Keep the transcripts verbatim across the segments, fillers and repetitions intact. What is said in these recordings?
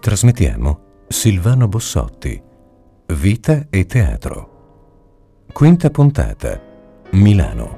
Trasmettiamo Silvano Bossotti, Vita e Teatro. Quinta puntata, Milano.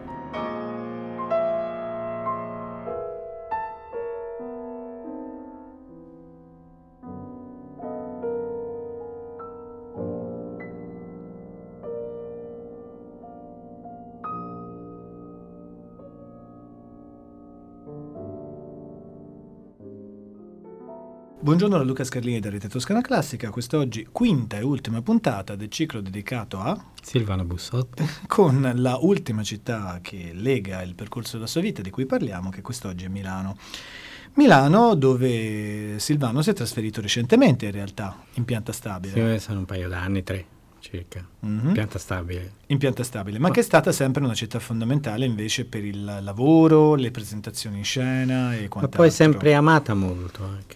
Buongiorno da Luca Scarlini da Rete Toscana Classica, quest'oggi quinta e ultima puntata del ciclo dedicato a Silvano Bossotti, con la ultima città che lega il percorso della sua vita di cui parliamo, che quest'oggi è Milano. Milano, dove Silvano si è trasferito recentemente in realtà, in pianta stabile. Sì, sono un paio d'anni, tre circa, mm-hmm. pianta stabile. In pianta stabile, ma che è stata sempre una città fondamentale invece per il lavoro, le presentazioni in scena e quant'altro. Ma poi sempre amata molto anche.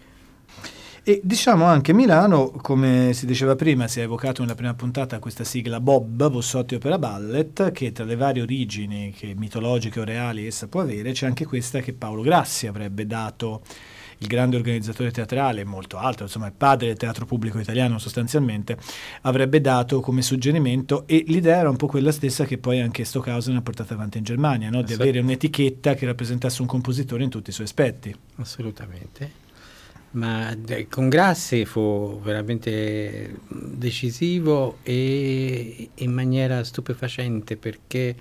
E diciamo anche Milano, come si diceva prima, si è evocato nella prima puntata questa sigla Bob, Bossotti Opera Ballet, che tra le varie origini che mitologiche o reali essa può avere, c'è anche questa che Paolo Grassi avrebbe dato, il grande organizzatore teatrale, molto alto, insomma il padre del teatro pubblico italiano sostanzialmente, avrebbe dato come suggerimento, e l'idea era un po' quella stessa che poi anche Stockhausen ha portato avanti in Germania, no? Di avere un'etichetta che rappresentasse un compositore in tutti i suoi aspetti. Assolutamente. Ma con Grassi fu veramente decisivo e in maniera stupefacente, perché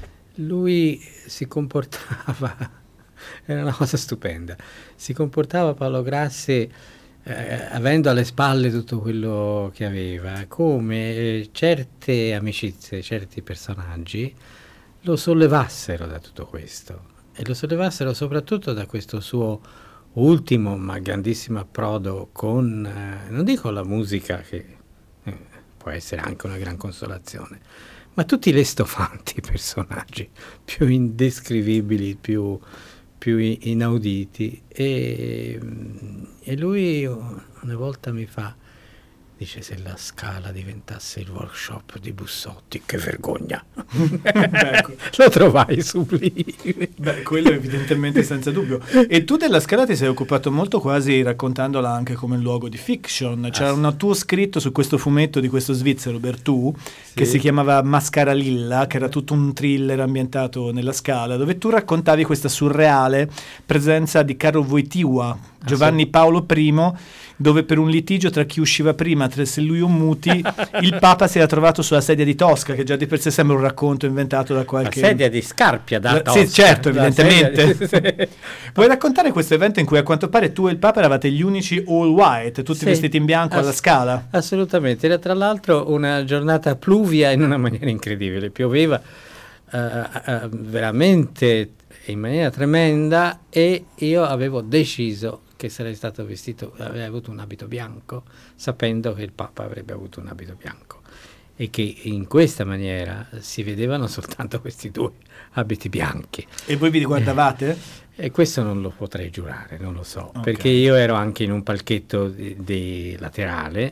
lui si comportava, era una cosa stupenda, si comportava Paolo Grassi, eh, avendo alle spalle tutto quello che aveva, come certe amicizie, certi personaggi lo sollevassero da tutto questo, e lo sollevassero soprattutto da questo suo ultimo ma grandissimo approdo con, eh, non dico la musica, che eh, può essere anche una gran consolazione, ma tutti le stofanti personaggi più indescrivibili, più, più inauditi. E, e lui una volta mi fa, dice: se la Scala diventasse il workshop di Bossotti, che vergogna. Beh, lo trovai sublime. Beh, quello evidentemente senza dubbio. E tu della Scala ti sei occupato molto, quasi raccontandola anche come luogo di fiction. C'era ah, un tuo scritto su questo fumetto di questo svizzero Bertù, sì, che si chiamava Mascaralilla, che era tutto un thriller ambientato nella Scala, dove tu raccontavi questa surreale presenza di Carlo Wojtyła, Giovanni Paolo I, dove per un litigio tra chi usciva prima, tra se lui o Muti, il Papa si era trovato sulla sedia di Tosca, che già di per sé sembra un racconto inventato da qualche... La sedia di Scarpia da la, Tosca. Sì, certo, evidentemente. Di... sì. Puoi raccontare questo evento in cui a quanto pare tu e il Papa eravate gli unici all white, tutti sì, vestiti in bianco ass- alla Scala? Assolutamente, era tra l'altro una giornata pluvia in una maniera incredibile, pioveva uh, uh, veramente in maniera tremenda, e io avevo deciso che sarei stato vestito, avrei avuto un abito bianco, sapendo che il Papa avrebbe avuto un abito bianco, e che in questa maniera si vedevano soltanto questi due abiti bianchi. E voi vi guardavate? Eh, e questo non lo potrei giurare, non lo so, okay, perché io ero anche in un palchetto di, di laterale,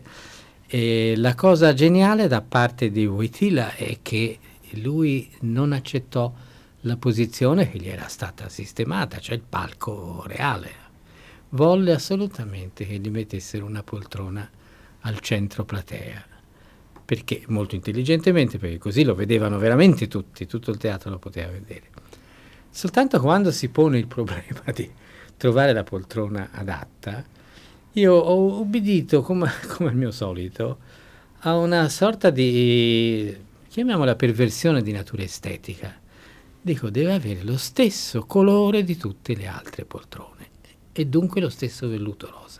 e la cosa geniale da parte di Wojtyła è che lui non accettò la posizione che gli era stata sistemata, cioè il palco reale. Volle assolutamente che gli mettessero una poltrona al centro platea, perché molto intelligentemente, perché così lo vedevano veramente tutti, tutto il teatro lo poteva vedere. Soltanto quando si pone il problema di trovare la poltrona adatta, io ho ubbidito, come, come al mio solito, a una sorta di, chiamiamola perversione di natura estetica. Dico, deve avere lo stesso colore di tutte le altre poltrone, e dunque lo stesso velluto rosa.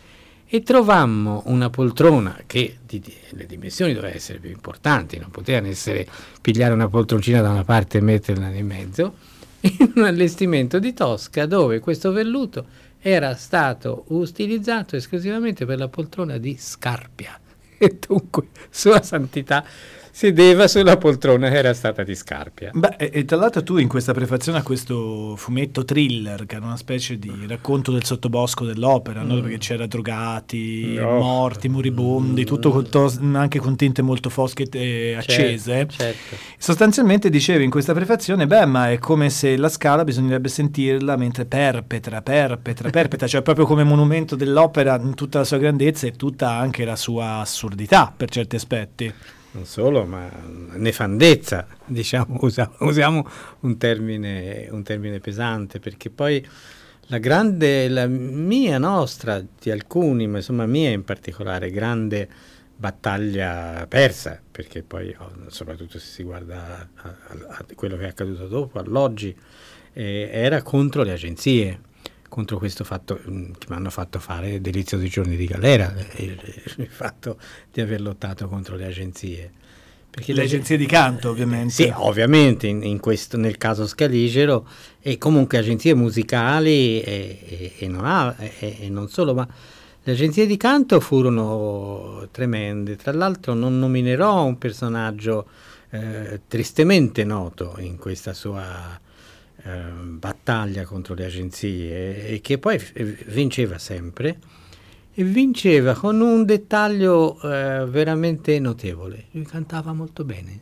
E trovammo una poltrona che di, di, le dimensioni doveva essere più importanti, non poteva essere pigliare una poltroncina da una parte e metterla in mezzo, in un allestimento di Tosca, dove questo velluto era stato utilizzato esclusivamente per la poltrona di Scarpia. E dunque, Sua Santità sedeva sulla poltrona che era stata di Scarpia. Beh, e, e tra l'altro tu in questa prefazione a questo fumetto thriller, che era una specie di racconto del sottobosco dell'opera, mm. no? Perché c'era drogati, no. morti, moribondi, mm. tutto con tos- anche con tinte molto fosche e accese. Certo, certo. Sostanzialmente dicevi in questa prefazione, beh, ma è come se la Scala bisognerebbe sentirla mentre perpetra, perpetra, perpetra, cioè proprio come monumento dell'opera in tutta la sua grandezza e tutta anche la sua assurdità per certi aspetti. Non solo, ma nefandezza, diciamo, usa, usiamo un termine, un termine pesante, perché poi la grande, la mia, nostra, di alcuni, ma insomma mia in particolare, grande battaglia persa, perché poi soprattutto se si guarda a, a, a quello che è accaduto dopo, all'oggi, eh, era contro le agenzie, contro questo fatto che mi hanno fatto fare deliziosi giorni di galera, il, il fatto di aver lottato contro le agenzie. Perché le, le agenzie di canto, ovviamente. Sì, ovviamente, in, in questo, nel caso Scaligero, e comunque agenzie musicali e, e, e, non ha, e, e non solo, ma le agenzie di canto furono tremende. Tra l'altro non nominerò un personaggio eh, tristemente noto in questa sua eh, battaglia contro le agenzie, e che poi vinceva sempre, e vinceva con un dettaglio eh, veramente notevole: lui cantava molto bene,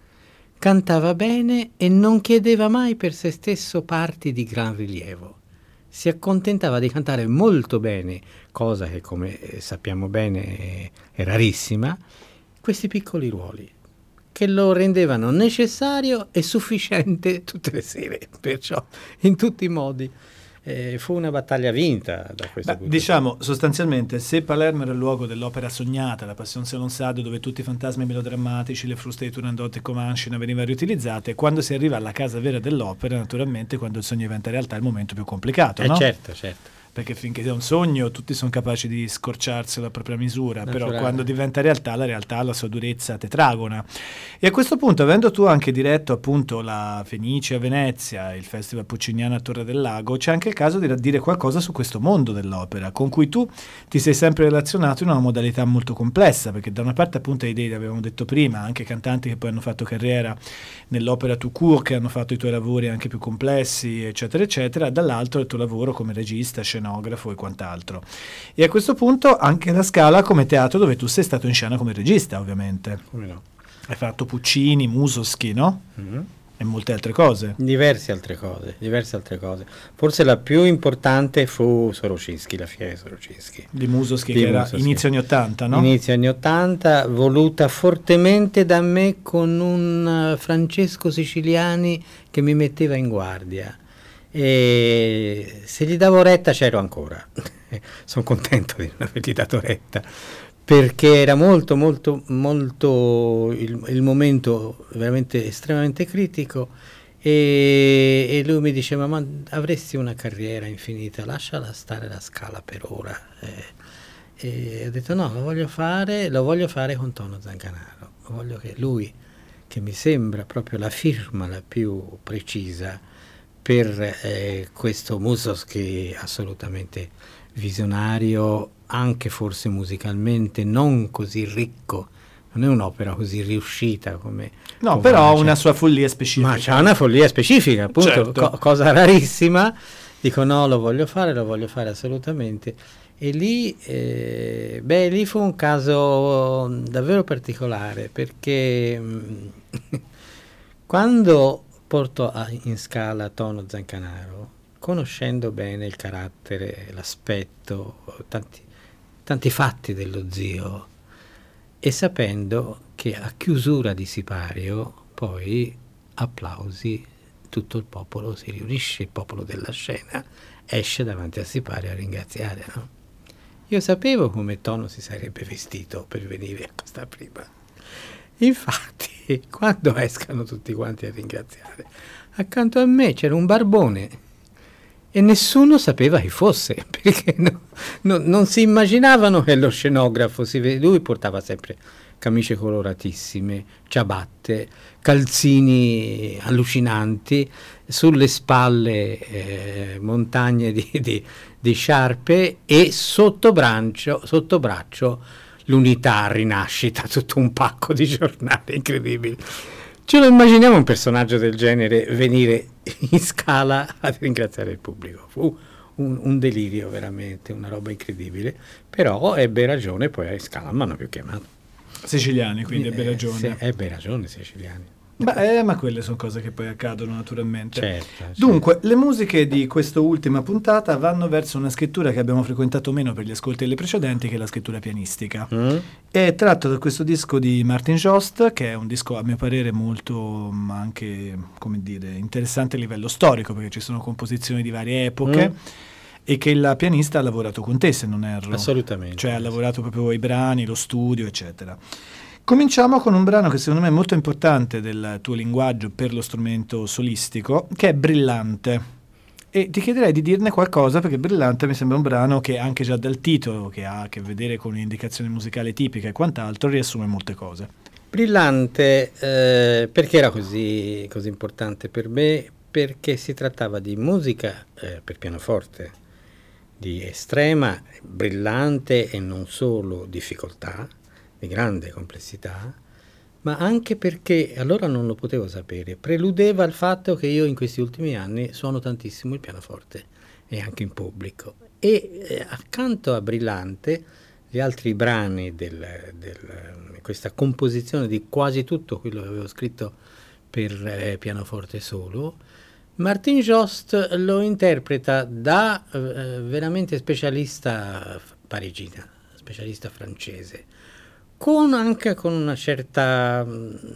cantava bene e non chiedeva mai per se stesso parti di gran rilievo, si accontentava di cantare molto bene, cosa che come sappiamo bene è rarissima, questi piccoli ruoli che lo rendevano necessario e sufficiente tutte le sere, perciò in tutti i modi. Eh, fu una battaglia vinta da questo Beh, punto. Diciamo, sostanzialmente, se Palermo era il luogo dell'opera sognata, la Passion Salonsado, dove tutti i fantasmi melodrammatici, le fruste di Turandot e Comanche venivano riutilizzate, quando si arriva alla casa vera dell'opera, naturalmente, quando il sogno diventa realtà, è il momento più complicato, eh no? certo, certo. Perché finché è un sogno tutti sono capaci di scorciarsi alla propria misura, naturale. Però quando diventa realtà, la realtà ha la sua durezza tetragona. E a questo punto, avendo tu anche diretto appunto la Fenice a Venezia, il Festival Pucciniano a Torre del Lago, c'è anche il caso di dire qualcosa su questo mondo dell'opera, con cui tu ti sei sempre relazionato in una modalità molto complessa, perché da una parte appunto hai idee, avevamo detto prima, anche cantanti che poi hanno fatto carriera nell'opera tout court, che hanno fatto i tuoi lavori anche più complessi, eccetera, eccetera, dall'altro il tuo lavoro come regista, scenografo e quant'altro. E a questo punto anche la Scala come teatro, dove tu sei stato in scena come regista, ovviamente. Come no? Hai fatto Puccini, Mussorgsky, no? Mm-hmm. E molte altre cose. Diverse altre cose, diverse altre cose. Forse la più importante fu Sorocinski, la fiera di Sorocinski. Di Mussorgsky, che era inizio anni ottanta, no? Inizio anni ottanta, voluta fortemente da me con un Francesco Siciliani che mi metteva in guardia. E se gli davo retta c'ero ancora. Sono contento di non avergli dato retta, perché era molto molto molto il, il momento veramente estremamente critico, e, e lui mi diceva: ma avresti una carriera infinita, lasciala stare la Scala per ora. Eh, e ho detto no, lo voglio fare, lo voglio fare con Tono Zancanaro, voglio che lui, che mi sembra proprio la firma la più precisa per eh, questo Mussorgsky assolutamente visionario, anche forse musicalmente non così ricco, non è un'opera così riuscita come... No, come però ha c'è. una sua follia specifica. Ma c'ha una follia specifica, appunto, certo. co- cosa rarissima. Dico no, lo voglio fare, lo voglio fare assolutamente. E lì, eh, beh, lì fu un caso davvero particolare, perché mh, quando porto a, in Scala Tono Zancanaro, conoscendo bene il carattere, l'aspetto, tanti, tanti fatti dello zio, e sapendo che a chiusura di Sipario poi applausi, tutto il popolo si riunisce, il popolo della scena esce davanti a Sipario a ringraziare, no? Io sapevo come Tono si sarebbe vestito per venire a questa prima. Infatti, quando escano tutti quanti a ringraziare, accanto a me c'era un barbone e nessuno sapeva chi fosse, perché no, no, non si immaginavano che lo scenografo, si vede, lui portava sempre camicie coloratissime, ciabatte, calzini allucinanti, sulle spalle eh, montagne di, di, di sciarpe, e sotto braccio, sotto braccio l'Unità, Rinascita, tutto un pacco di giornali incredibili. Ce lo immaginiamo un personaggio del genere venire in Scala a ringraziare il pubblico? Fu un, un delirio veramente, una roba incredibile, però ebbe ragione, poi a Scala mi hanno più chiamato. Siciliani, quindi ebbe Eh, ragione. sì, ebbe ragione siciliani. Beh, eh, ma quelle sono cose che poi accadono naturalmente. Certo, certo. Dunque, le musiche di quest'ultima puntata vanno verso una scrittura che abbiamo frequentato meno per gli ascolti delle precedenti, che è la scrittura pianistica. Mm? È tratto da questo disco di Martin Jost, che è un disco a mio parere molto, ma anche, come dire, interessante a livello storico, perché ci sono composizioni di varie epoche. Mm. E che il pianista ha lavorato con te, se non erro. Assolutamente. Cioè ha lavorato proprio i brani, lo studio, eccetera. Cominciamo con un brano che secondo me è molto importante del tuo linguaggio per lo strumento solistico, che è Brillante. E ti chiederei di dirne qualcosa, perché Brillante mi sembra un brano che anche già dal titolo, che ha a che vedere con un'indicazione musicale tipica e quant'altro, riassume molte cose. Brillante, eh, perché era così, così importante per me? Perché si trattava di musica eh, per pianoforte, di estrema, brillante e non solo difficoltà, di grande complessità, ma anche perché, allora non lo potevo sapere, preludeva il fatto che io in questi ultimi anni suono tantissimo il pianoforte e anche in pubblico. E eh, accanto a Brillante, gli altri brani di questa composizione di quasi tutto quello che avevo scritto per eh, pianoforte solo, Martin Jost lo interpreta da eh, veramente specialista parigina, specialista francese, con anche con una certa,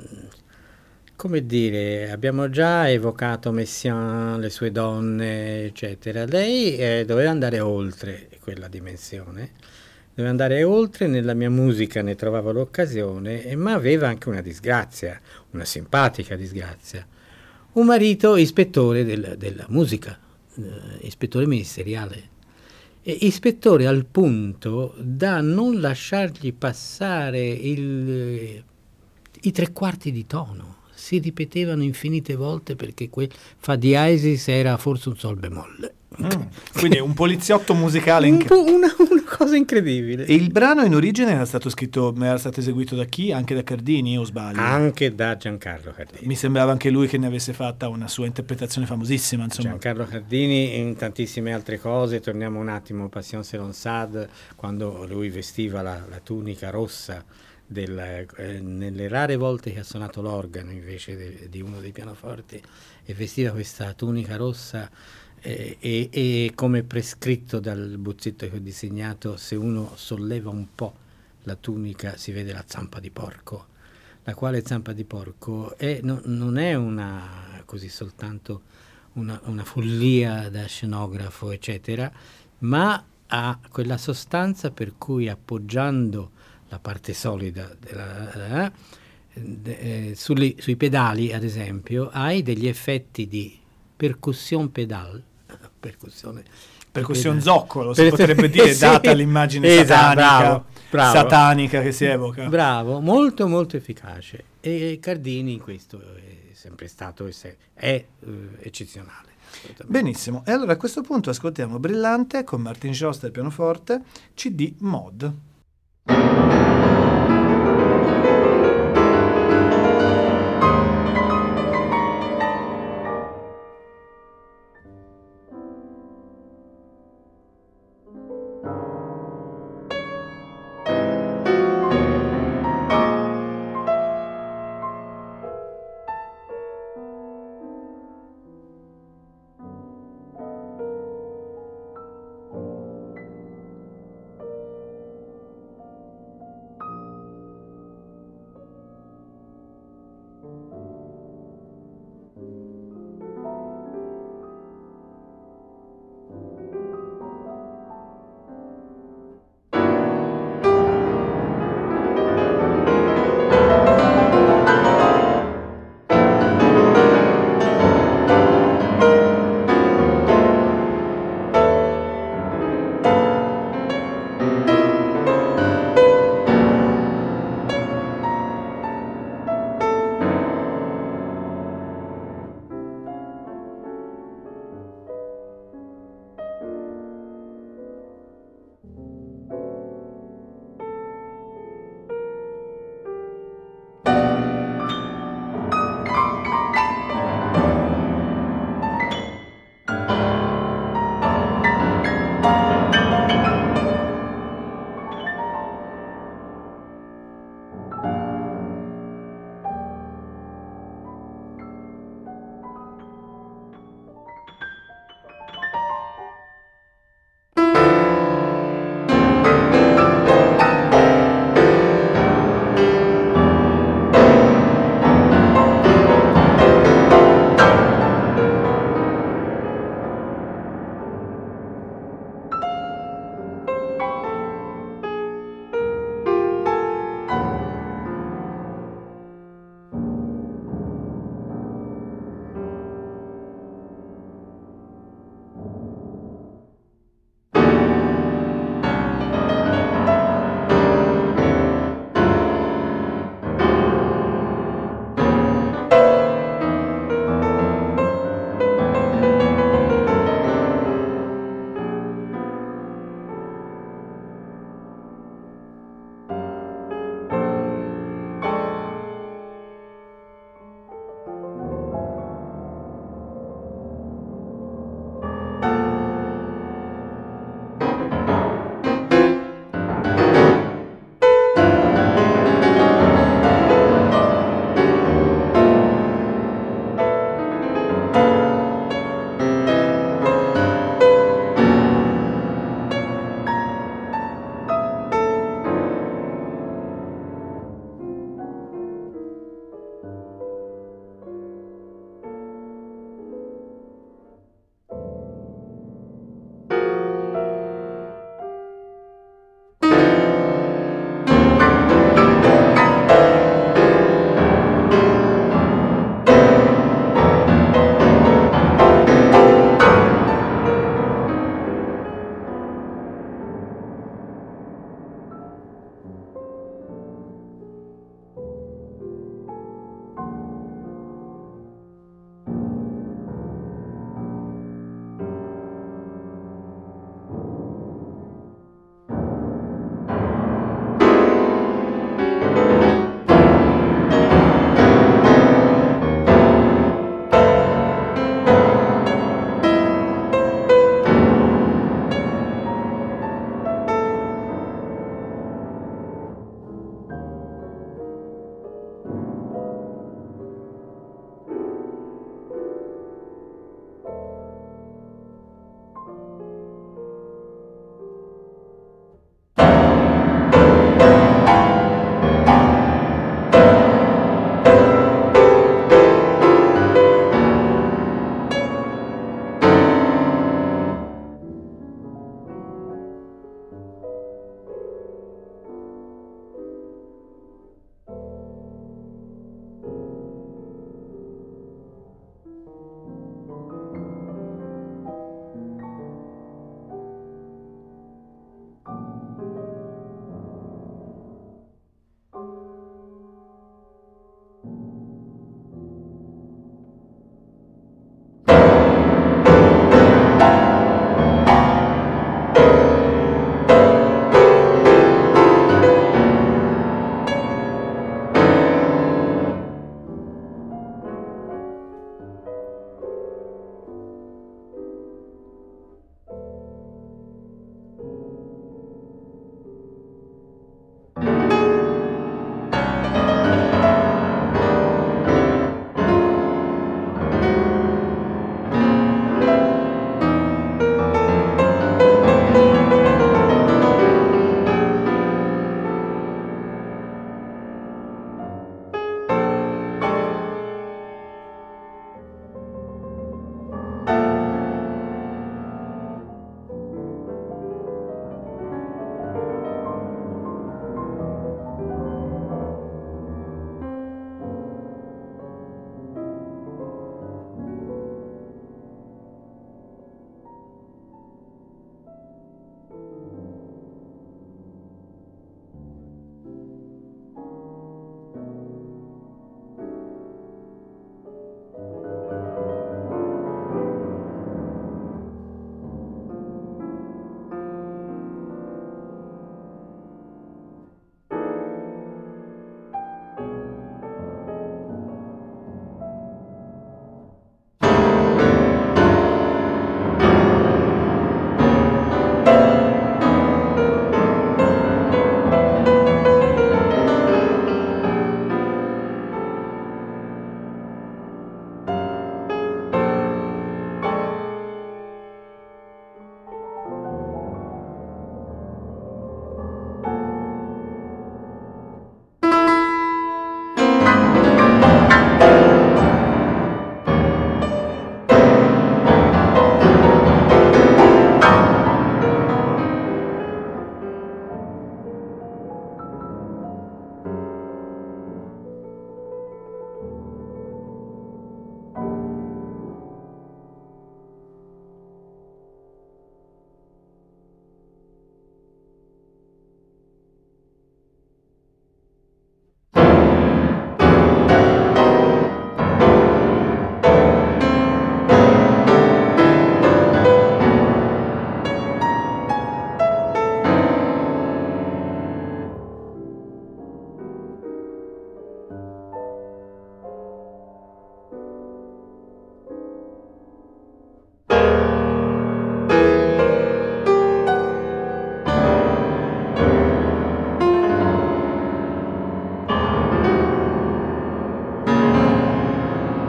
come dire, abbiamo già evocato Messiaen, le sue donne, eccetera. Lei eh, doveva andare oltre quella dimensione, doveva andare oltre, nella mia musica ne trovavo l'occasione, ma aveva anche una disgrazia, una simpatica disgrazia. Un marito ispettore del, della musica, eh, ispettore ministeriale. E ispettore al punto da non lasciargli passare il, i tre quarti di tono. Si ripetevano infinite volte perché quel fa diesis era forse un sol bemolle. Mm, quindi un poliziotto musicale. Un po' una, una cosa incredibile. E il brano in origine era stato scritto, era stato eseguito da chi? Anche da Cardini o sbaglio? Anche da Giancarlo Cardini. Mi sembrava anche lui che ne avesse fatta una sua interpretazione famosissima, insomma. Giancarlo Cardini in tantissime altre cose. Torniamo un attimo a Passion Selon Sade, quando lui vestiva la, la tunica rossa del, eh, nelle rare volte che ha suonato l'organo invece de, di uno dei pianoforti, e vestiva questa tunica rossa. Eh, e, e come prescritto dal bozzetto che ho disegnato, se uno solleva un po' la tunica si vede la zampa di porco, la quale zampa di porco è, no, non è una così soltanto una, una follia da scenografo eccetera, ma ha quella sostanza per cui, appoggiando la parte solida della, eh, eh, sulle, sui pedali ad esempio, hai degli effetti di percussion pedal, percussione, percussione pedal. zoccolo, si per potrebbe dire, sì, data l'immagine esatto, satanica, bravo, bravo. satanica che si evoca. Bravo, molto molto efficace. E Cardini in questo è sempre stato e è, è uh, eccezionale. Benissimo, e allora a questo punto ascoltiamo Brillante con Martin Jost al pianoforte, C D Mod.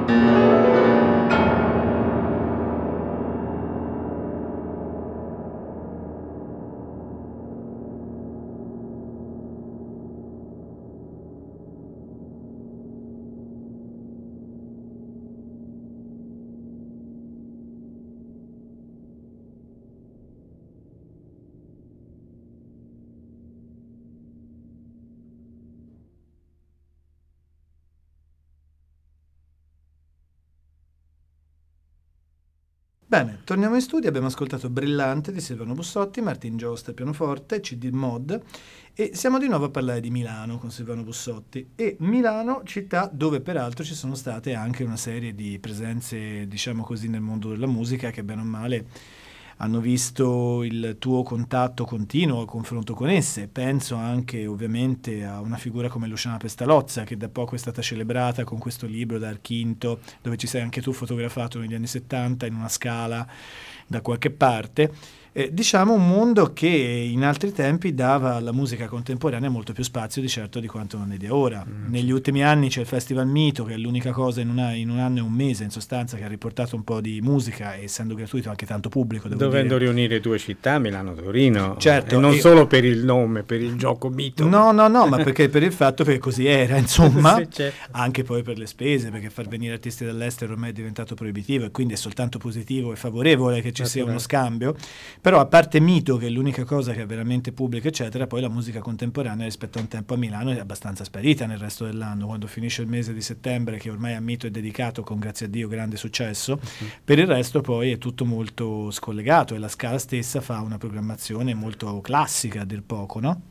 Bene, torniamo in studio, abbiamo ascoltato Brillante di Silvano Bussotti, Martin Jost al pianoforte, C D Mod, e siamo di nuovo a parlare di Milano con Silvano Bussotti. E Milano, città dove peraltro ci sono state anche una serie di presenze, diciamo così, nel mondo della musica che bene o male hanno visto il tuo contatto continuo, il confronto con esse. Penso anche ovviamente a una figura come Luciana Pestalozza, che da poco è stata celebrata con questo libro da Archinto, dove ci sei anche tu fotografato negli anni settanta in una scala da qualche parte. Eh, diciamo un mondo che in altri tempi dava alla musica contemporanea molto più spazio di certo di quanto non ne dia ora. Mm. Negli ultimi anni c'è il Festival Mito, che è l'unica cosa in, una, in un anno e un mese in sostanza che ha riportato un po' di musica, e essendo gratuito anche tanto pubblico, devo dovendo dire. riunire due città, Milano e Torino, certo, e non io... solo per il nome, per il gioco Mito. No, no, no, ma perché per il fatto che così era, insomma, sì, certo. Anche poi per le spese, perché far venire artisti dall'estero ormai è diventato proibitivo, e quindi è soltanto positivo e favorevole che ci sia uno scambio. Però a parte Mito, che è l'unica cosa che è veramente pubblica eccetera, poi la musica contemporanea rispetto a un tempo a Milano è abbastanza sparita nel resto dell'anno. Quando finisce il mese di settembre, che ormai a Mito è dedicato con, grazie a Dio, grande successo, uh-huh. Per il resto poi è tutto molto scollegato, e la Scala stessa fa una programmazione molto classica a dir poco, no?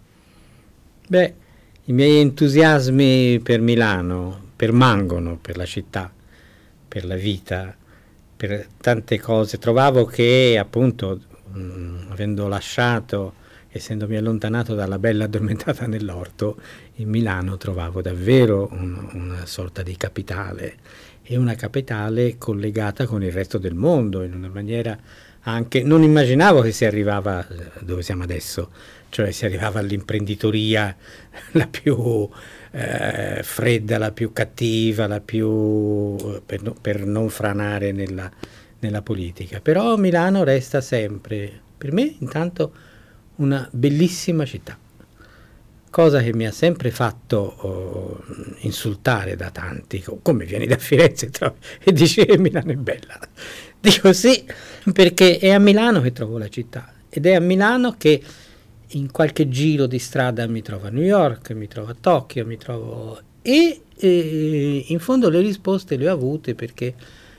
Beh, i miei entusiasmi per Milano permangono, per la città, per la vita, per tante cose. Trovavo che appunto Mm, avendo lasciato, essendomi allontanato dalla bella addormentata nell'orto, in Milano trovavo davvero un, una sorta di capitale, e una capitale collegata con il resto del mondo in una maniera anche, non immaginavo che si arrivava dove siamo adesso, cioè si arrivava all'imprenditoria la più eh, fredda, la più cattiva, la più per, no, per non franare nella nella politica. Però Milano resta sempre, per me intanto, una bellissima città, cosa che mi ha sempre fatto oh, insultare da tanti, come vieni da Firenze e dici che Milano è bella. Dico sì, perché è a Milano che trovo la città, ed è a Milano che in qualche giro di strada mi trovo a New York, mi trovo a Tokyo, mi trovo e, e in fondo le risposte le ho avute perché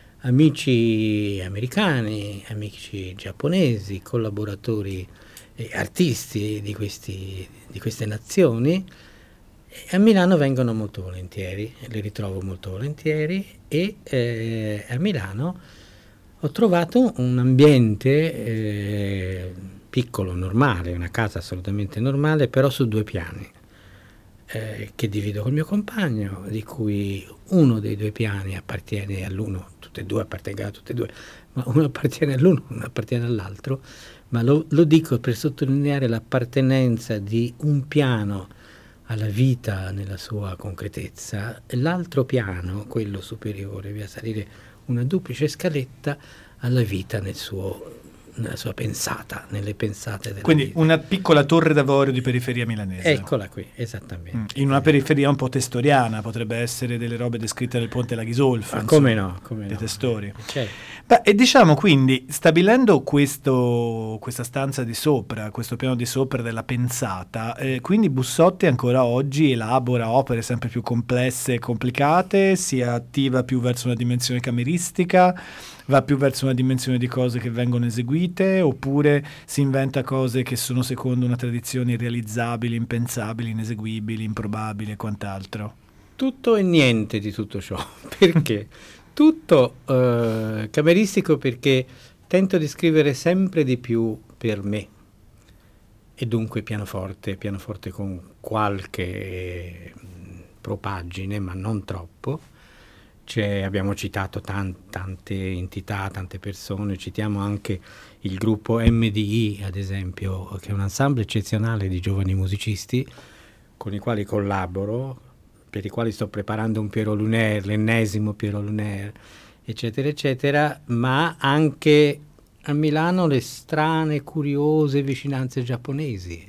amici americani, amici giapponesi, collaboratori e artisti di, questi, di queste nazioni a Milano vengono molto volentieri, li ritrovo molto volentieri, e eh, a Milano ho trovato un ambiente eh, piccolo, normale, una casa assolutamente normale, però su due piani. Eh, che divido col mio compagno, di cui uno dei due piani appartiene all'uno, tutte e due appartengono a tutte e due, ma uno appartiene all'uno, uno appartiene all'altro, ma lo, lo dico per sottolineare l'appartenenza di un piano alla vita nella sua concretezza, e l'altro piano, quello superiore, via salire una duplice scaletta, alla vita nel suo nella sua pensata, nelle pensate della Quindi vita. Una piccola torre d'avorio di periferia milanese. Eccola qui, esattamente. In una periferia un po' testoriana, potrebbe essere delle robe descritte del Ponte La Ghisolfo. Ah, come no, come dei no. testori. Certo. Beh, e diciamo quindi, stabilendo questo, questa stanza di sopra, questo piano di sopra della pensata, eh, quindi Bussotti ancora oggi elabora opere sempre più complesse e complicate, si attiva più verso una dimensione cameristica, va più verso una dimensione di cose che vengono eseguite, oppure si inventa cose che sono secondo una tradizione irrealizzabili, impensabili, ineseguibili, improbabili e quant'altro? Tutto e niente di tutto ciò. Perché? Tutto eh, cameristico, perché tento di scrivere sempre di più per me, e dunque pianoforte, pianoforte con qualche propagine, ma non troppo. C'è, abbiamo citato tan, tante entità, tante persone, citiamo anche il gruppo M D I, ad esempio, che è un ensemble eccezionale di giovani musicisti con i quali collaboro, per i quali sto preparando un Pierrot Lunaire, l'ennesimo Pierrot Lunaire, eccetera, eccetera, ma anche a Milano le strane, curiose vicinanze giapponesi.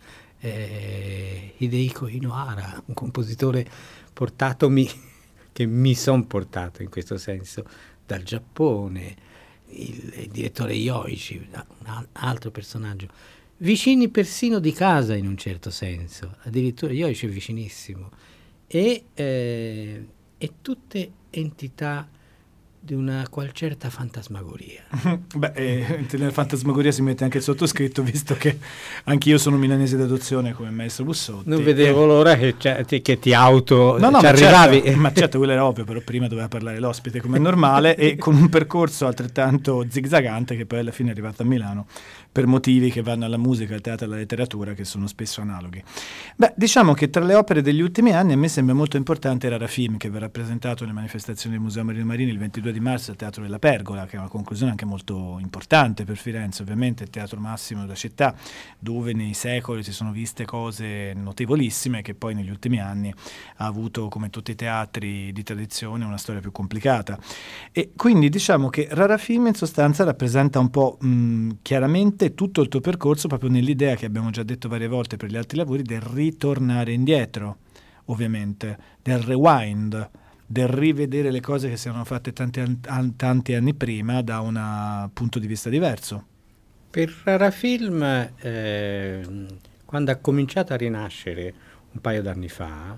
Eh, Hidehiko Inohara, un compositore portatomi, che mi son portato in questo senso dal Giappone, il, il direttore Yoichi, un altro personaggio, vicini persino di casa in un certo senso, addirittura Yoichi è vicinissimo, e, eh, e tutte entità di una qual certa fantasmagoria. Beh, eh, nella fantasmagoria si mette anche il sottoscritto, visto che anch'io sono milanese d'adozione come maestro Bussotti. Non vedevo eh. l'ora che, che ti auto no, no, ci ma arrivavi. Certo, ma certo, quello era ovvio, però prima doveva parlare l'ospite come è normale e con un percorso altrettanto zigzagante che poi alla fine è arrivato a Milano per motivi che vanno alla musica, al teatro e alla letteratura, che sono spesso analoghi. Beh, diciamo che tra le opere degli ultimi anni a me sembra molto importante Rara Film, che verrà presentato nelle manifestazioni del Museo Marino Marini il ventidue di marzo al Teatro della Pergola, che è una conclusione anche molto importante per Firenze, ovviamente il teatro massimo della città, dove nei secoli si sono viste cose notevolissime, che poi negli ultimi anni ha avuto, come tutti i teatri di tradizione, una storia più complicata. E quindi diciamo che Rara Film in sostanza rappresenta un po' mh, chiaramente tutto il tuo percorso, proprio nell'idea che abbiamo già detto varie volte per gli altri lavori, del ritornare indietro, ovviamente, del rewind, del rivedere le cose che si erano fatte tanti, an- tanti anni prima da un punto di vista diverso. Per Rara Film, eh, quando ha cominciato a rinascere un paio d'anni fa,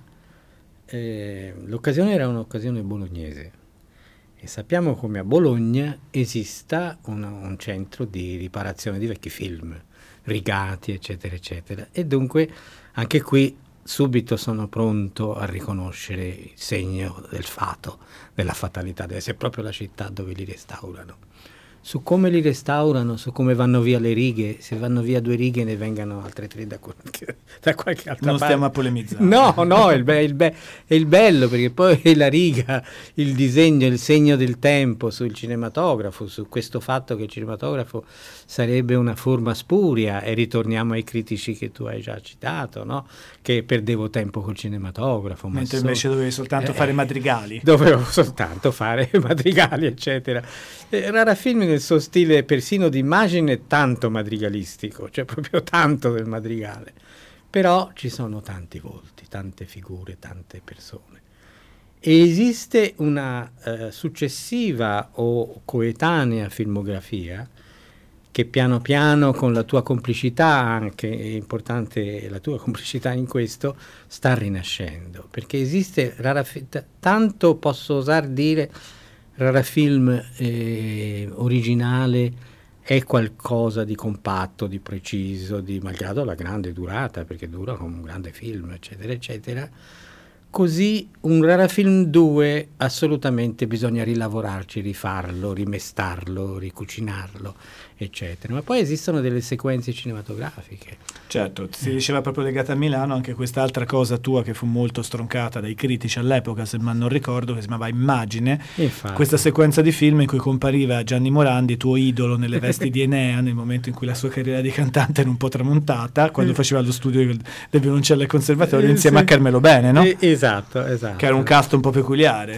eh, l'occasione era un'occasione bolognese. E sappiamo come a Bologna esista una, un centro di riparazione di vecchi film, rigati, eccetera, eccetera. E dunque anche qui subito sono pronto a riconoscere il segno del fato, della fatalità, deve essere proprio la città dove li restaurano. Su come li restaurano, su come vanno via le righe, se vanno via due righe ne vengano altre tre da qualche, da qualche altra non parte. Stiamo a polemizzare. No, no, è il, be- il, be- è il bello, perché poi la riga, il disegno, il segno del tempo sul cinematografo, su questo fatto che il cinematografo sarebbe una forma spuria, e ritorniamo ai critici che tu hai già citato, no? Che perdevo tempo col cinematografo. Ma mentre so- invece dovevi soltanto eh, fare madrigali. Dovevo soltanto fare madrigali, eccetera. E Rara Film nel suo stile persino di immagine tanto madrigalistico, cioè proprio tanto del madrigale. Però ci sono tanti volti, tante figure, tante persone. E esiste una eh, successiva o coetanea filmografia che piano piano, con la tua complicità, anche è importante la tua complicità in questo, sta rinascendo. Perché esiste Rara Film, t- tanto posso osar dire, Rara Film eh, originale è qualcosa di compatto, di preciso, di malgrado la grande durata, perché dura come un grande film, eccetera, eccetera. Così un Rara Film due assolutamente bisogna rilavorarci, rifarlo, rimestarlo, ricucinarlo, eccetera. Ma poi esistono delle sequenze cinematografiche. Certo, si diceva proprio legata a Milano anche quest'altra cosa tua che fu molto stroncata dai critici all'epoca, se mal non ricordo, che si chiamava Immagine. Infatti. Questa sequenza di film in cui compariva Gianni Morandi, tuo idolo, nelle vesti di Enea, nel momento in cui la sua carriera di cantante era un po' tramontata, quando faceva lo studio del violoncello al conservatorio insieme a Carmelo Bene, no? Esatto, esatto. Che era un cast un po' peculiare.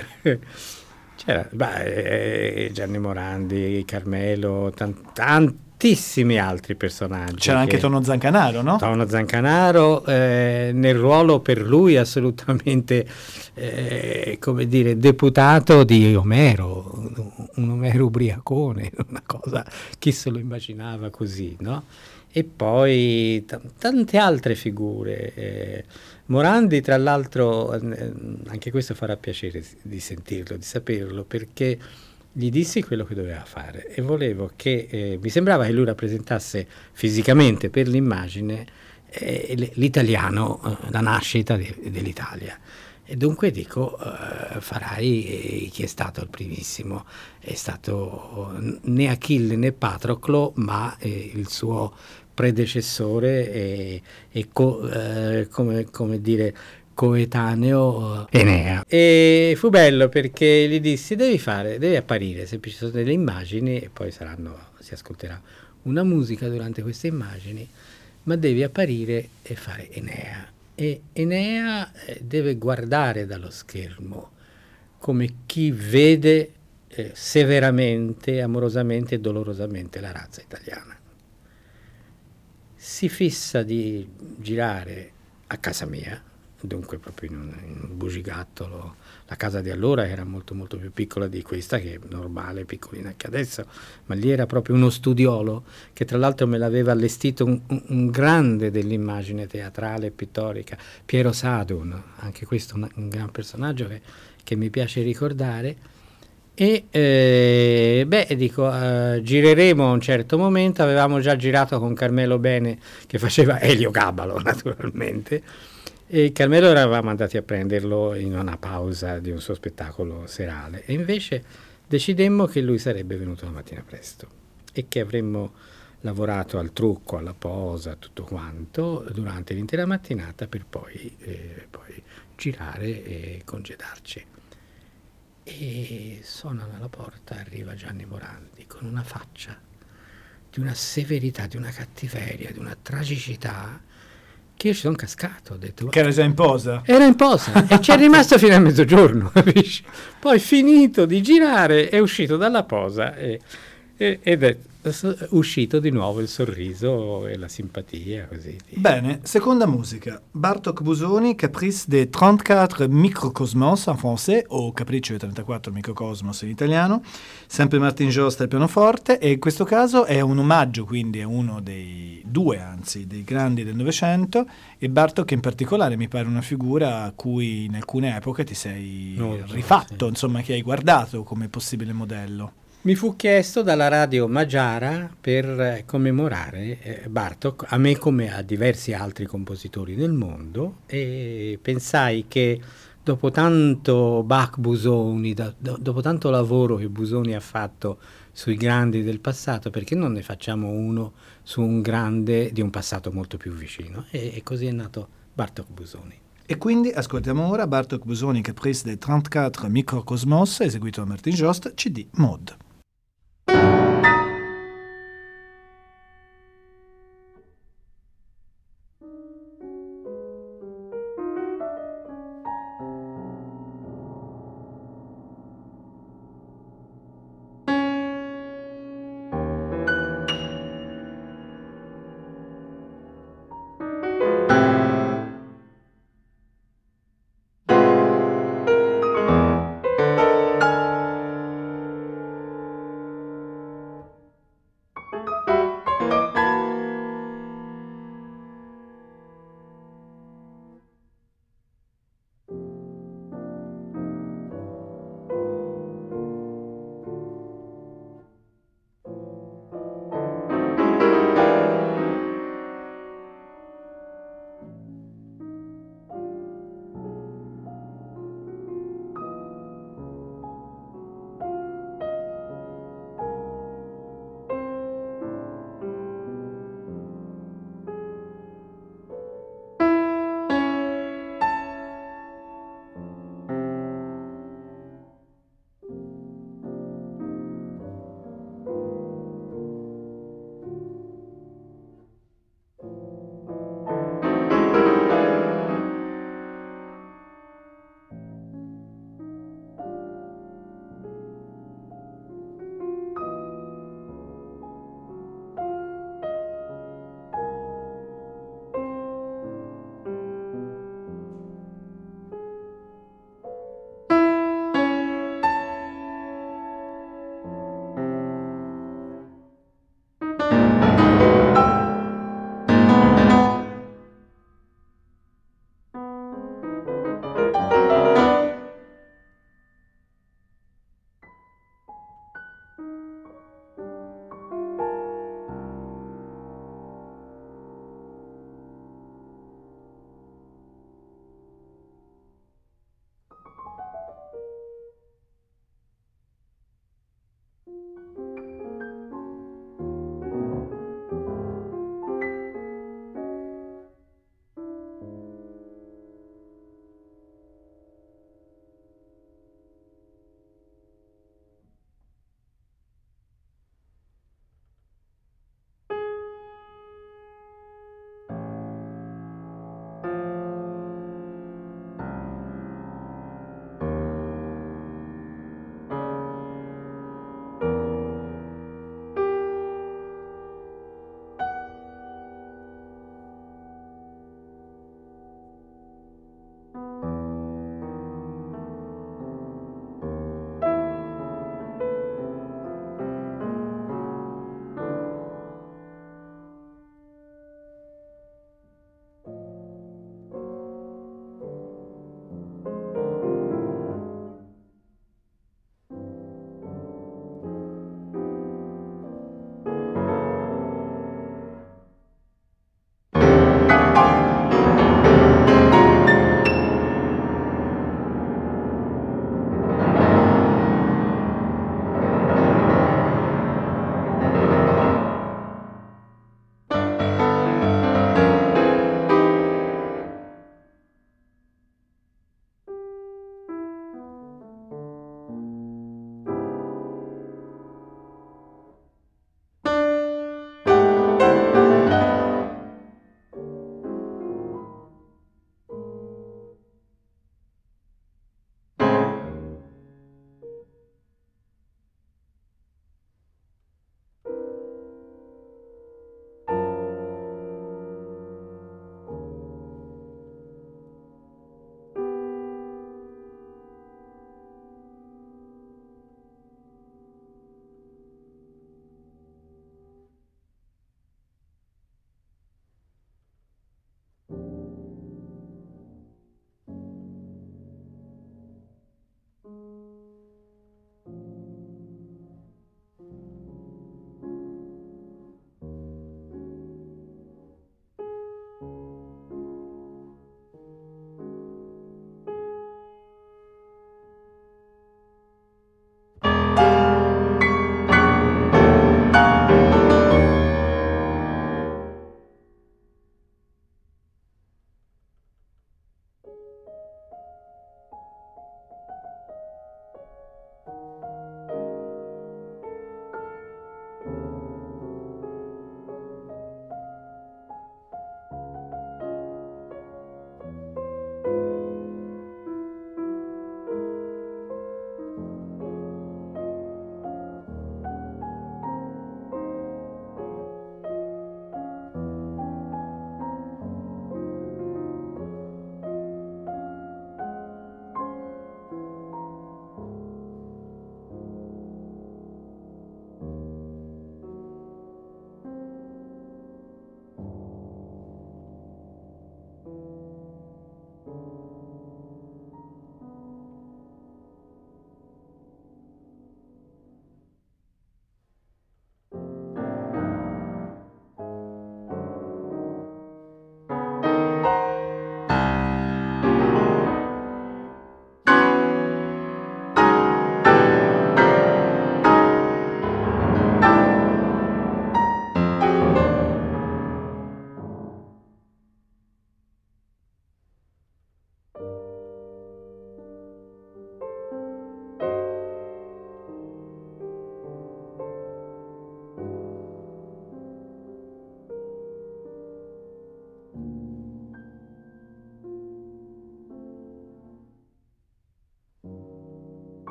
C'era beh, Gianni Morandi, Carmelo, tan- tantissimi altri personaggi. C'era anche Tono Zancanaro, no? Tono Zancanaro eh, nel ruolo per lui assolutamente eh, come dire, deputato di Omero, un Omero ubriacone, una cosa, chi se lo immaginava così, no? E poi t- tante altre figure. Eh, Morandi, tra l'altro, eh, anche questo farà piacere di sentirlo, di saperlo, perché gli dissi quello che doveva fare e volevo che, eh, mi sembrava che lui rappresentasse fisicamente per l'immagine eh, l'italiano, eh, la nascita de- dell'Italia. E dunque dico, eh, farai eh, chi è stato il primissimo, è stato né Achille né Patroclo, ma eh, il suo predecessore e, e co, eh, come, come dire coetaneo Enea. E fu bello perché gli dissi devi fare, devi apparire, se ci sono delle immagini e poi saranno, si ascolterà una musica durante queste immagini, ma devi apparire e fare Enea. e Enea deve guardare dallo schermo come chi vede eh, severamente, amorosamente e dolorosamente la razza italiana. Si fissa di girare a casa mia, dunque proprio in un, in un bugigattolo. La casa di allora era molto molto più piccola di questa, che è normale, piccolina anche adesso, ma lì era proprio uno studiolo che tra l'altro me l'aveva allestito un, un, un grande dell'immagine teatrale e pittorica, Piero Sadun, anche questo un, un gran personaggio che, che mi piace ricordare. E eh, beh, dico, uh, gireremo a un certo momento. Avevamo già girato con Carmelo Bene, che faceva Elio Gabalo naturalmente, e Carmelo eravamo andati a prenderlo in una pausa di un suo spettacolo serale, e invece decidemmo che lui sarebbe venuto la mattina presto e che avremmo lavorato al trucco, alla posa, tutto quanto durante l'intera mattinata, per poi, eh, poi girare e congedarci. E suonano alla porta, arriva Gianni Morandi con una faccia di una severità, di una cattiveria, di una tragicità, che io ci sono cascato. Ho detto, che era già in posa? Era in posa e ci è rimasto fino a mezzogiorno, capisci? Poi finito di girare è uscito dalla posa e, e, ed è uscito di nuovo il sorriso e la simpatia, così. Bene, seconda musica. Bartok Busoni, Caprice des trentaquattro microcosmos en français, o Capriccio dei trentaquattro microcosmos in italiano, sempre Martin Jost al pianoforte, e in questo caso è un omaggio, quindi è uno dei due, anzi, dei grandi del Novecento, e Bartok in particolare mi pare una figura a cui in alcune epoche ti sei no, rifatto, sì. Insomma, che hai guardato come possibile modello. Mi fu chiesto dalla radio Magiara per commemorare eh, Bartók, a me come a diversi altri compositori del mondo, e pensai che dopo tanto Bach Busoni, da, do, dopo tanto lavoro che Busoni ha fatto sui grandi del passato, perché non ne facciamo uno su un grande di un passato molto più vicino, e, e così è nato Bartók Busoni. E quindi ascoltiamo ora Bartok Busoni, Caprice des trentaquattro microcosmos, eseguito da Martin Jost, C D Mod.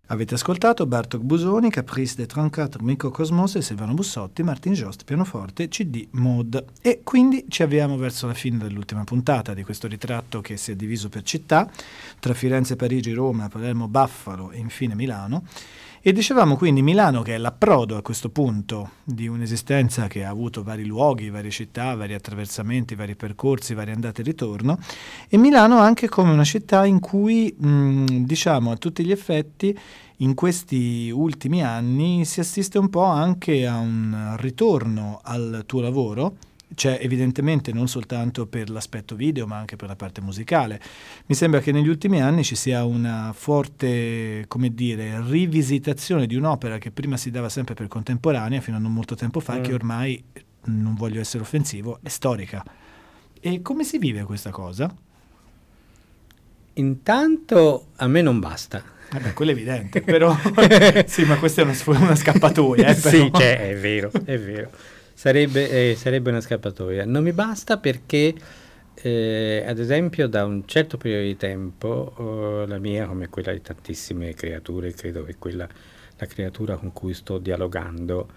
Avete ascoltato Bartok Busoni, Caprice des trentaquattro Microcosmos e Silvano Bussotti, Martin Jost, pianoforte, C D Mod. E quindi ci avviamo verso la fine dell'ultima puntata di questo ritratto che si è diviso per città, tra Firenze, Parigi, Roma, Palermo, Buffalo e infine Milano. E dicevamo quindi Milano che è l'approdo a questo punto di un'esistenza che ha avuto vari luoghi, varie città, vari attraversamenti, vari percorsi, varie andate e ritorno, e Milano anche come una città in cui, mh, diciamo a tutti gli effetti, in questi ultimi anni si assiste un po' anche a un ritorno al tuo lavoro. C'è evidentemente non soltanto per l'aspetto video ma anche per la parte musicale. Mi sembra che negli ultimi anni ci sia una forte, come dire, rivisitazione di un'opera che prima si dava sempre per contemporanea fino a non molto tempo fa, mm. che ormai, non voglio essere offensivo, è storica. E come si vive questa cosa? Intanto a me non basta. Vabbè, quello è evidente, però sì, ma questa è una, una scappatoia. Eh, sì, cioè, è vero, è vero. Sarebbe, eh, sarebbe una scappatoia. Non mi basta perché, eh, ad esempio, da un certo periodo di tempo, oh, la mia, come quella di tantissime creature, credo che quella, la creatura con cui sto dialogando,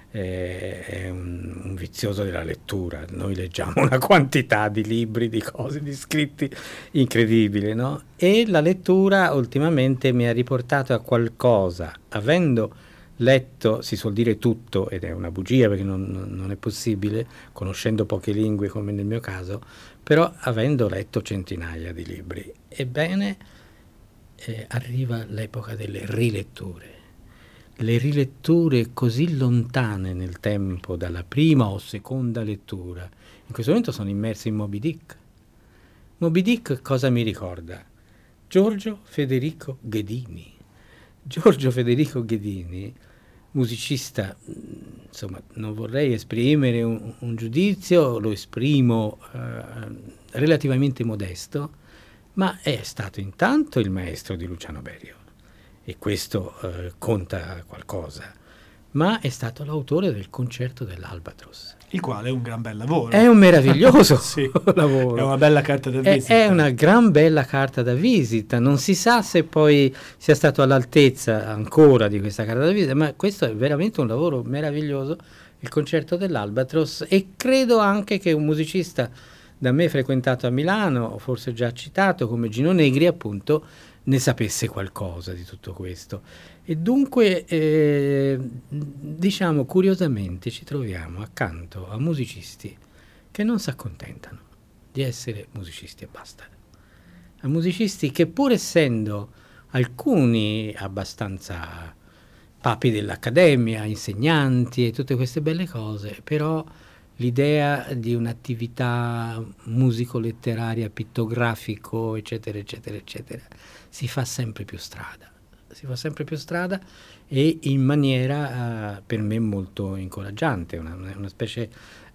eh, è un, un vizioso della lettura. Noi leggiamo una quantità di libri, di cose, di scritti incredibile, no? E la lettura ultimamente mi ha riportato a qualcosa, avendo letto, si suol dire tutto, ed è una bugia perché non, non è possibile, conoscendo poche lingue come nel mio caso, però avendo letto centinaia di libri. Ebbene, eh, arriva l'epoca delle riletture. Le riletture così lontane nel tempo dalla prima o seconda lettura. In questo momento sono immerso in Moby Dick. Moby Dick cosa mi ricorda? Giorgio Federico Ghedini. Giorgio Federico Ghedini, musicista, insomma, non vorrei esprimere un, un giudizio, lo esprimo eh, relativamente modesto, ma è stato intanto il maestro di Luciano Berio, e questo eh, conta qualcosa, ma è stato l'autore del concerto dell'Albatros. Il quale è un gran bel lavoro. È un meraviglioso sì, lavoro. È una bella carta da visita. È, è una gran bella carta da visita. Non si sa se poi sia stato all'altezza ancora di questa carta da visita, ma questo è veramente un lavoro meraviglioso, il concerto dell'Albatros, e credo anche che un musicista da me frequentato a Milano, forse già citato, come Gino Negri, appunto, ne sapesse qualcosa di tutto questo. E dunque, eh, diciamo, curiosamente ci troviamo accanto a musicisti che non si accontentano di essere musicisti e basta. A musicisti che, pur essendo alcuni abbastanza papi dell'accademia, insegnanti e tutte queste belle cose, però l'idea di un'attività musico-letteraria, pittografico, eccetera, eccetera, eccetera, si fa sempre più strada. Si fa sempre più strada e in maniera uh, per me molto incoraggiante, una, una, specie,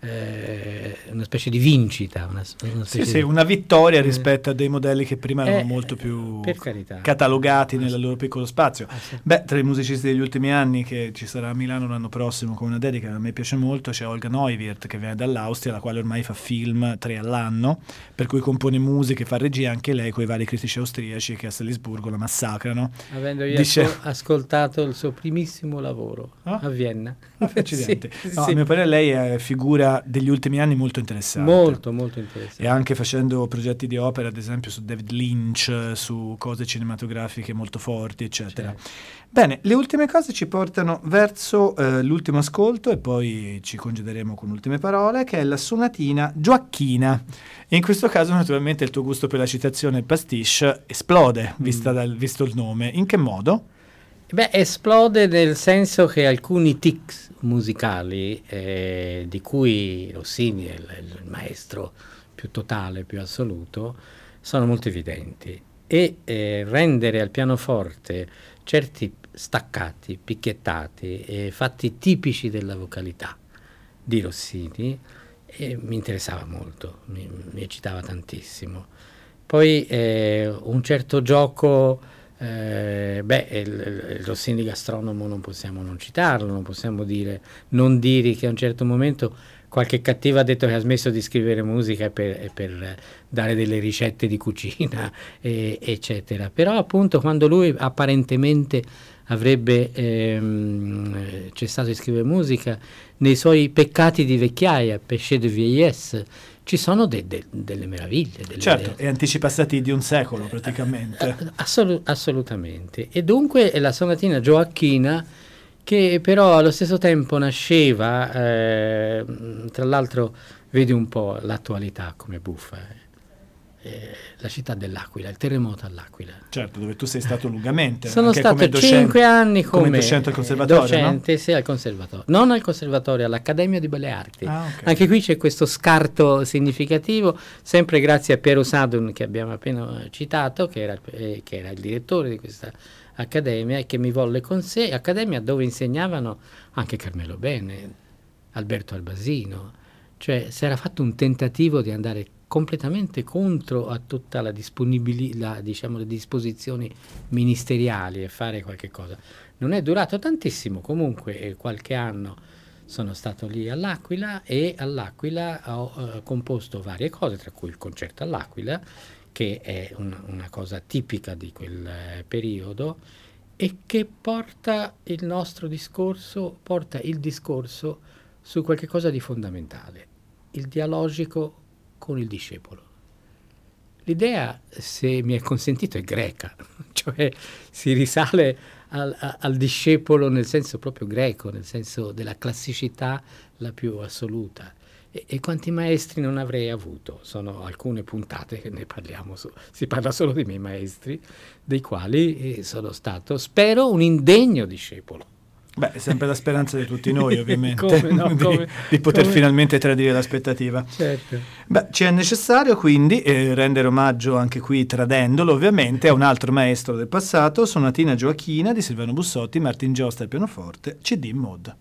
eh, una specie di vincita. Una, una sì, sì, di, una vittoria eh, rispetto a dei modelli che prima erano eh, molto più per carità, catalogati ah, nel sì. loro piccolo spazio. Ah, sì. Beh, tra i musicisti degli ultimi anni, che ci sarà a Milano l'anno prossimo con una dedica che a me piace molto, c'è Olga Neuwirth, che viene dall'Austria, la quale ormai fa film tre all'anno, per cui compone musiche, fa regia anche lei con i vari critici austriaci che a Salisburgo la massacrano. Avendo io Dice... ascol- ascoltato il suo primissimo lavoro ah? a Vienna. Ah, accidenti. sì, no, sì. A mio parere lei è figura degli ultimi anni molto interessante. Molto, molto interessante. E anche facendo progetti di opera, ad esempio su David Lynch, su cose cinematografiche molto forti, eccetera. Certo. Bene, le ultime cose ci portano verso eh, l'ultimo ascolto e poi ci congederemo con ultime parole, che è la sonatina Gioacchina. E in questo caso naturalmente il tuo gusto per la citazione pastiche esplode, vista mm. dal, visto il nome. In che modo? Beh, esplode nel senso che alcuni tics musicali, eh, di cui Rossini è il, il maestro più totale, più assoluto, sono molto evidenti. E eh, rendere al pianoforte certi staccati, picchiettati, eh, fatti tipici della vocalità di Rossini, eh, mi interessava molto, mi, mi eccitava tantissimo. Poi eh, un certo gioco... Eh, beh, il, il Rossini gastronomo non possiamo non citarlo, non possiamo dire, non dire che a un certo momento qualche cattivo ha detto che ha smesso di scrivere musica per, per dare delle ricette di cucina, e, eccetera. Però appunto quando lui apparentemente avrebbe ehm, cessato di scrivere musica, nei suoi peccati di vecchiaia, péché de vieillesse, ci sono de, de, delle meraviglie. Delle, certo, e anticipi passati di un secolo praticamente. Assolu- assolutamente. E dunque la sonatina gioacchina, che però allo stesso tempo nasceva, eh, tra l'altro vedi un po' l'attualità come buffa, eh. Eh, la città dell'Aquila, il terremoto all'Aquila. Certo, dove tu sei stato lungamente. Sono anche stato come docente, cinque anni come, come docente al conservatorio, docente, no? sì, al conservatorio. Non al conservatorio, all'Accademia di Belle Arti. Ah, okay. Anche qui c'è questo scarto significativo, sempre grazie a Piero Sadun, che abbiamo appena citato, che era, eh, che era il direttore di questa accademia e che mi volle con sé, accademia dove insegnavano anche Carmelo Bene, Alberto Albasino. Cioè si era fatto un tentativo di andare completamente contro a tutta la disponibilità, diciamo, le disposizioni ministeriali e fare qualche cosa. Non è durato tantissimo, comunque eh, qualche anno sono stato lì all'Aquila, e all'Aquila ho eh, composto varie cose, tra cui il concerto all'Aquila, che è un, una cosa tipica di quel eh, periodo, e che porta il nostro discorso, porta il discorso su qualche cosa di fondamentale, il dialogico con il discepolo. L'idea, se mi è consentito, è greca, cioè si risale al, a, al discepolo nel senso proprio greco, nel senso della classicità la più assoluta. E, e quanti maestri non avrei avuto? Sono alcune puntate che ne parliamo, so, si parla solo dei miei maestri, dei quali eh, sono stato, spero, un indegno discepolo. Beh, è sempre la speranza di tutti noi, ovviamente, come no, di, come, di poter come... finalmente tradire l'aspettativa. Certo. Beh, ci è necessario quindi eh, rendere omaggio, anche qui tradendolo ovviamente, a un altro maestro del passato, Sonatina Gioachina di Silvano Bussotti, Martin Giosta al pianoforte, C D Mod.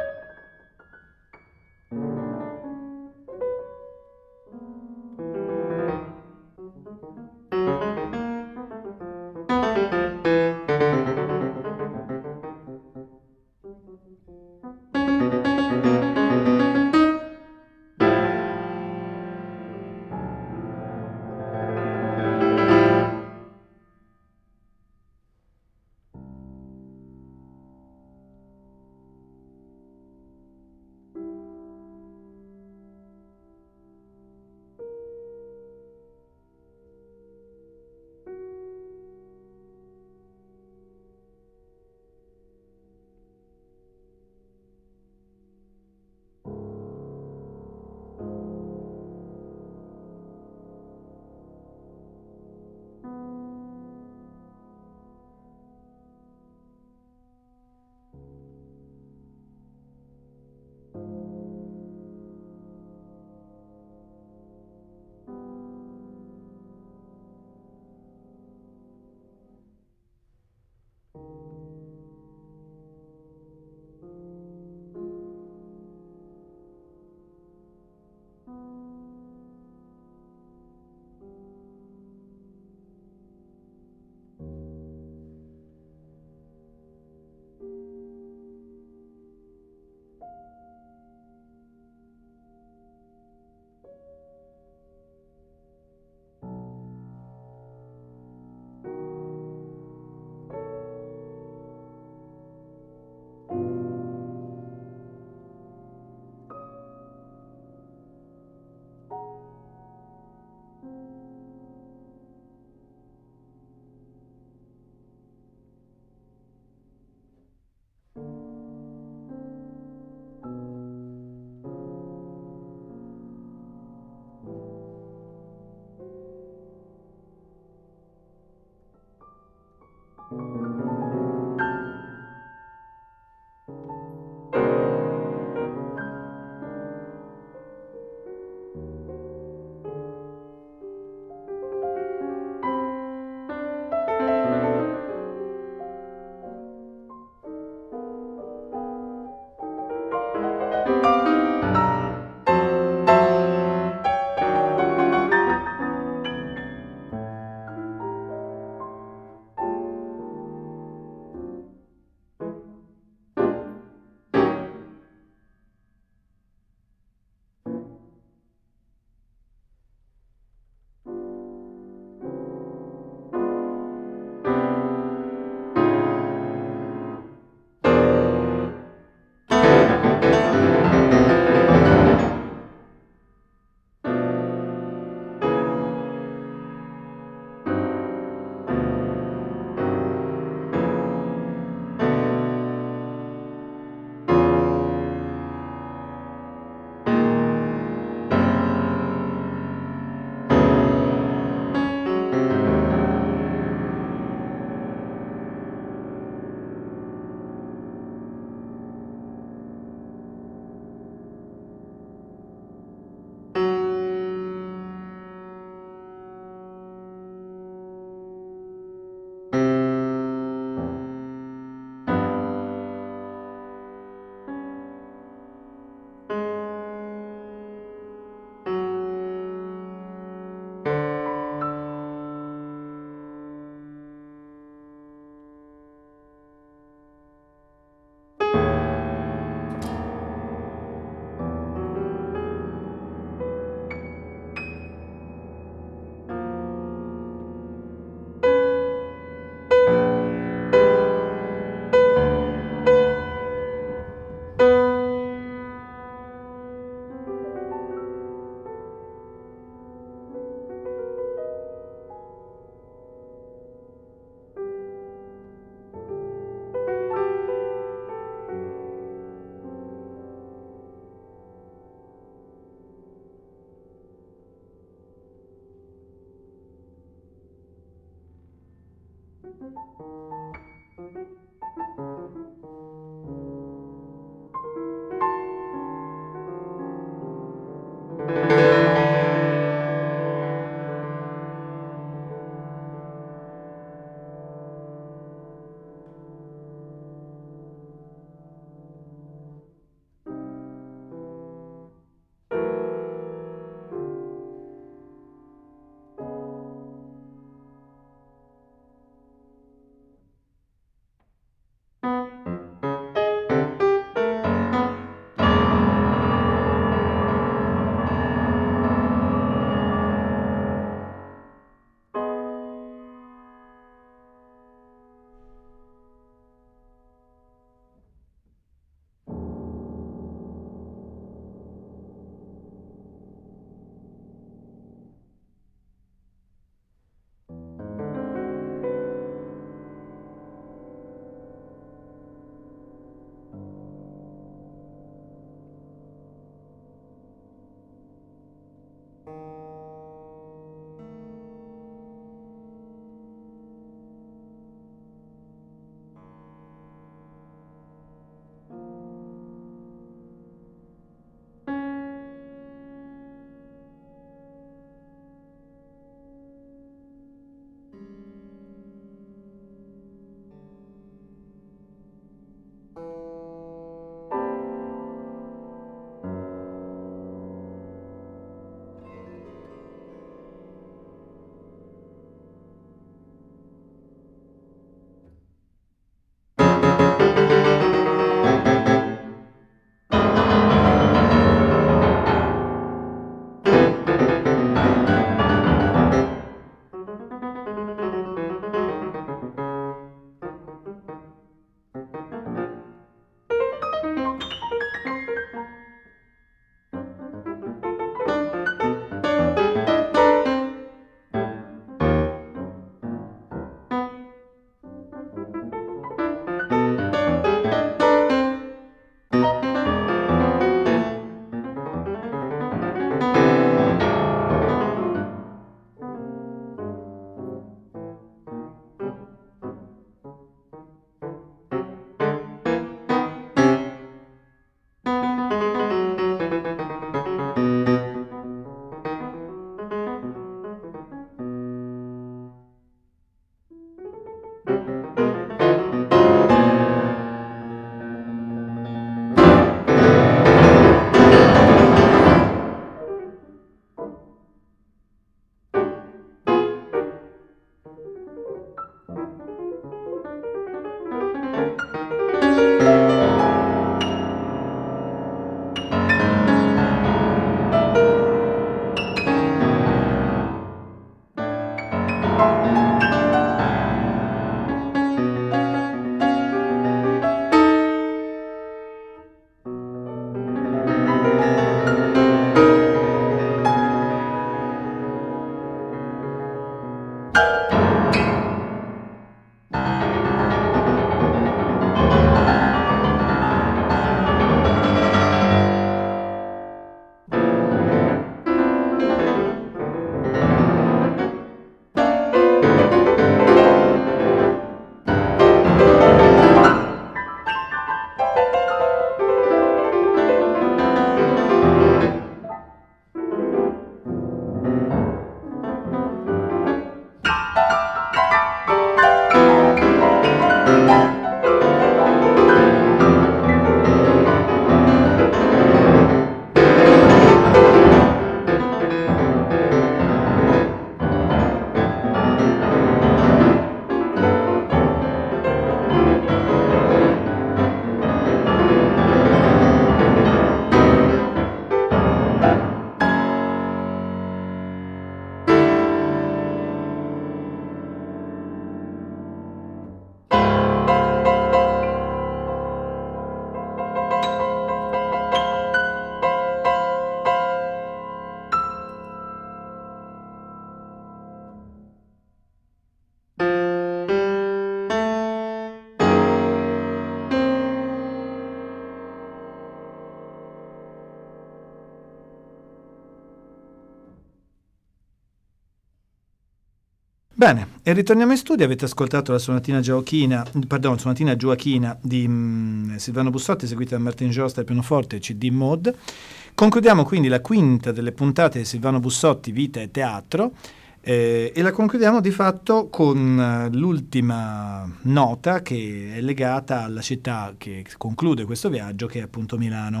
Bene, e ritorniamo in studio. Avete ascoltato la sonatina gioachina, pardon, sonatina gioachina di mh, Silvano Bussotti, eseguita da Martin Jost al pianoforte, C D Mod. Concludiamo quindi la quinta delle puntate di Silvano Bussotti, Vita e Teatro, eh, e la concludiamo di fatto con l'ultima nota che è legata alla città che conclude questo viaggio, che è appunto Milano.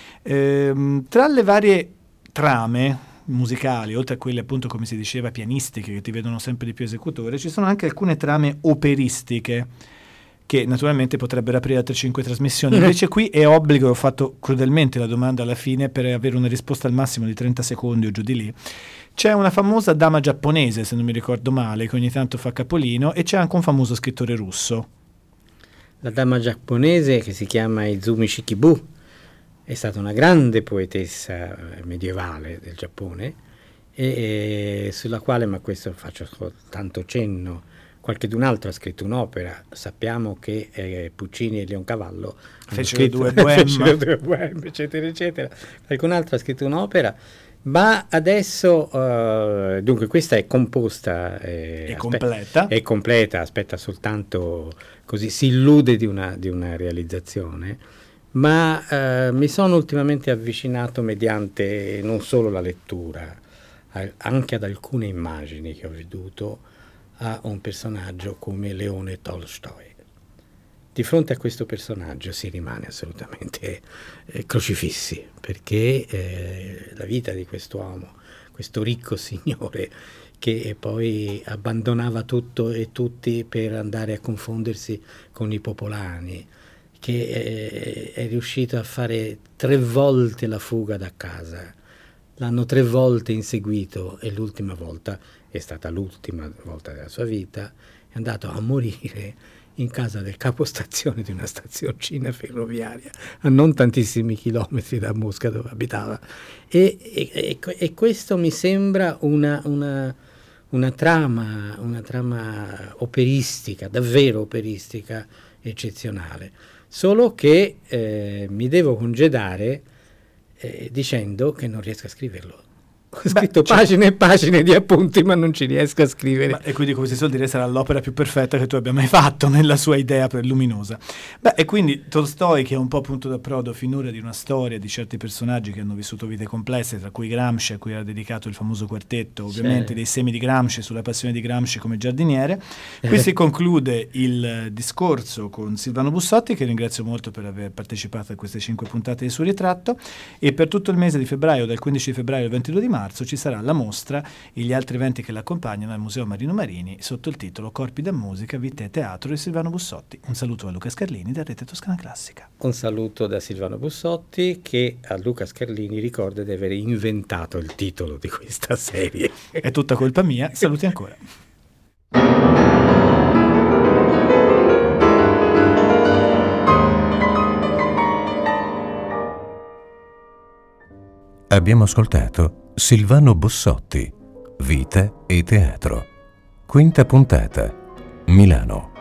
Eh, tra le varie trame musicali, oltre a quelle appunto, come si diceva, pianistiche, che ti vedono sempre di più esecutore, ci sono anche alcune trame operistiche che naturalmente potrebbero aprire altre cinque trasmissioni. Invece qui è obbligo, ho fatto crudelmente la domanda alla fine per avere una risposta al massimo di trenta secondi o giù di lì. C'è una famosa dama giapponese, se non mi ricordo male, che ogni tanto fa capolino, e c'è anche un famoso scrittore russo. La dama giapponese, che si chiama Izumi Shikibu, è stata una grande poetessa medievale del Giappone, e, e sulla quale, ma questo faccio tanto cenno, qualchedun altro ha scritto un'opera. Sappiamo che eh, Puccini e Leoncavallo fecero due bohème, due bohème, eccetera, eccetera. Qualcun altro ha scritto un'opera, ma adesso, uh, dunque, questa è composta, eh, è aspe- completa, è completa, aspetta soltanto, così si illude di una, di una realizzazione. Ma eh, mi sono ultimamente avvicinato, mediante non solo la lettura, a, anche ad alcune immagini che ho veduto, a un personaggio come Leone Tolstoi. Di fronte a questo personaggio si rimane assolutamente eh, crocifissi, perché eh, la vita di quest'uomo, questo ricco signore che poi abbandonava tutto e tutti per andare a confondersi con i popolani, che è, è riuscito a fare tre volte la fuga da casa, l'hanno tre volte inseguito e l'ultima volta, è stata l'ultima volta della sua vita, è andato a morire in casa del capostazione di una stazioncina ferroviaria a non tantissimi chilometri da Mosca, dove abitava. E, e, e questo mi sembra una, una, una trama, una trama operistica, davvero operistica, eccezionale. Solo che eh, mi devo congedare eh, dicendo che non riesco a scriverlo. Ho scritto Beh, pagine e pagine di appunti, ma non ci riesco a scrivere. Ma, e quindi, come si suol dire, sarà l'opera più perfetta che tu abbia mai fatto nella sua idea luminosa. Beh, e quindi Tolstoi, che è un po' punto d'approdo finora di una storia di certi personaggi che hanno vissuto vite complesse, tra cui Gramsci, a cui era dedicato il famoso quartetto, ovviamente, sì, dei semi di Gramsci, sulla passione di Gramsci come giardiniere. Qui si conclude il discorso con Silvano Bussotti, che ringrazio molto per aver partecipato a queste cinque puntate di suo ritratto, e per tutto il mese di febbraio, dal quindici febbraio al ventidue di marzo, ci sarà la mostra e gli altri eventi che l'accompagnano al Museo Marino Marini sotto il titolo Corpi da musica, vita e teatro di Silvano Bussotti. Un saluto a Luca Scarlini da Rete Toscana Classica. Un saluto da Silvano Bussotti, che a Luca Scarlini ricorda di aver inventato il titolo di questa serie. È tutta colpa mia, saluti ancora. Abbiamo ascoltato Silvano Bussotti, Vita e Teatro. Quinta puntata, Milano.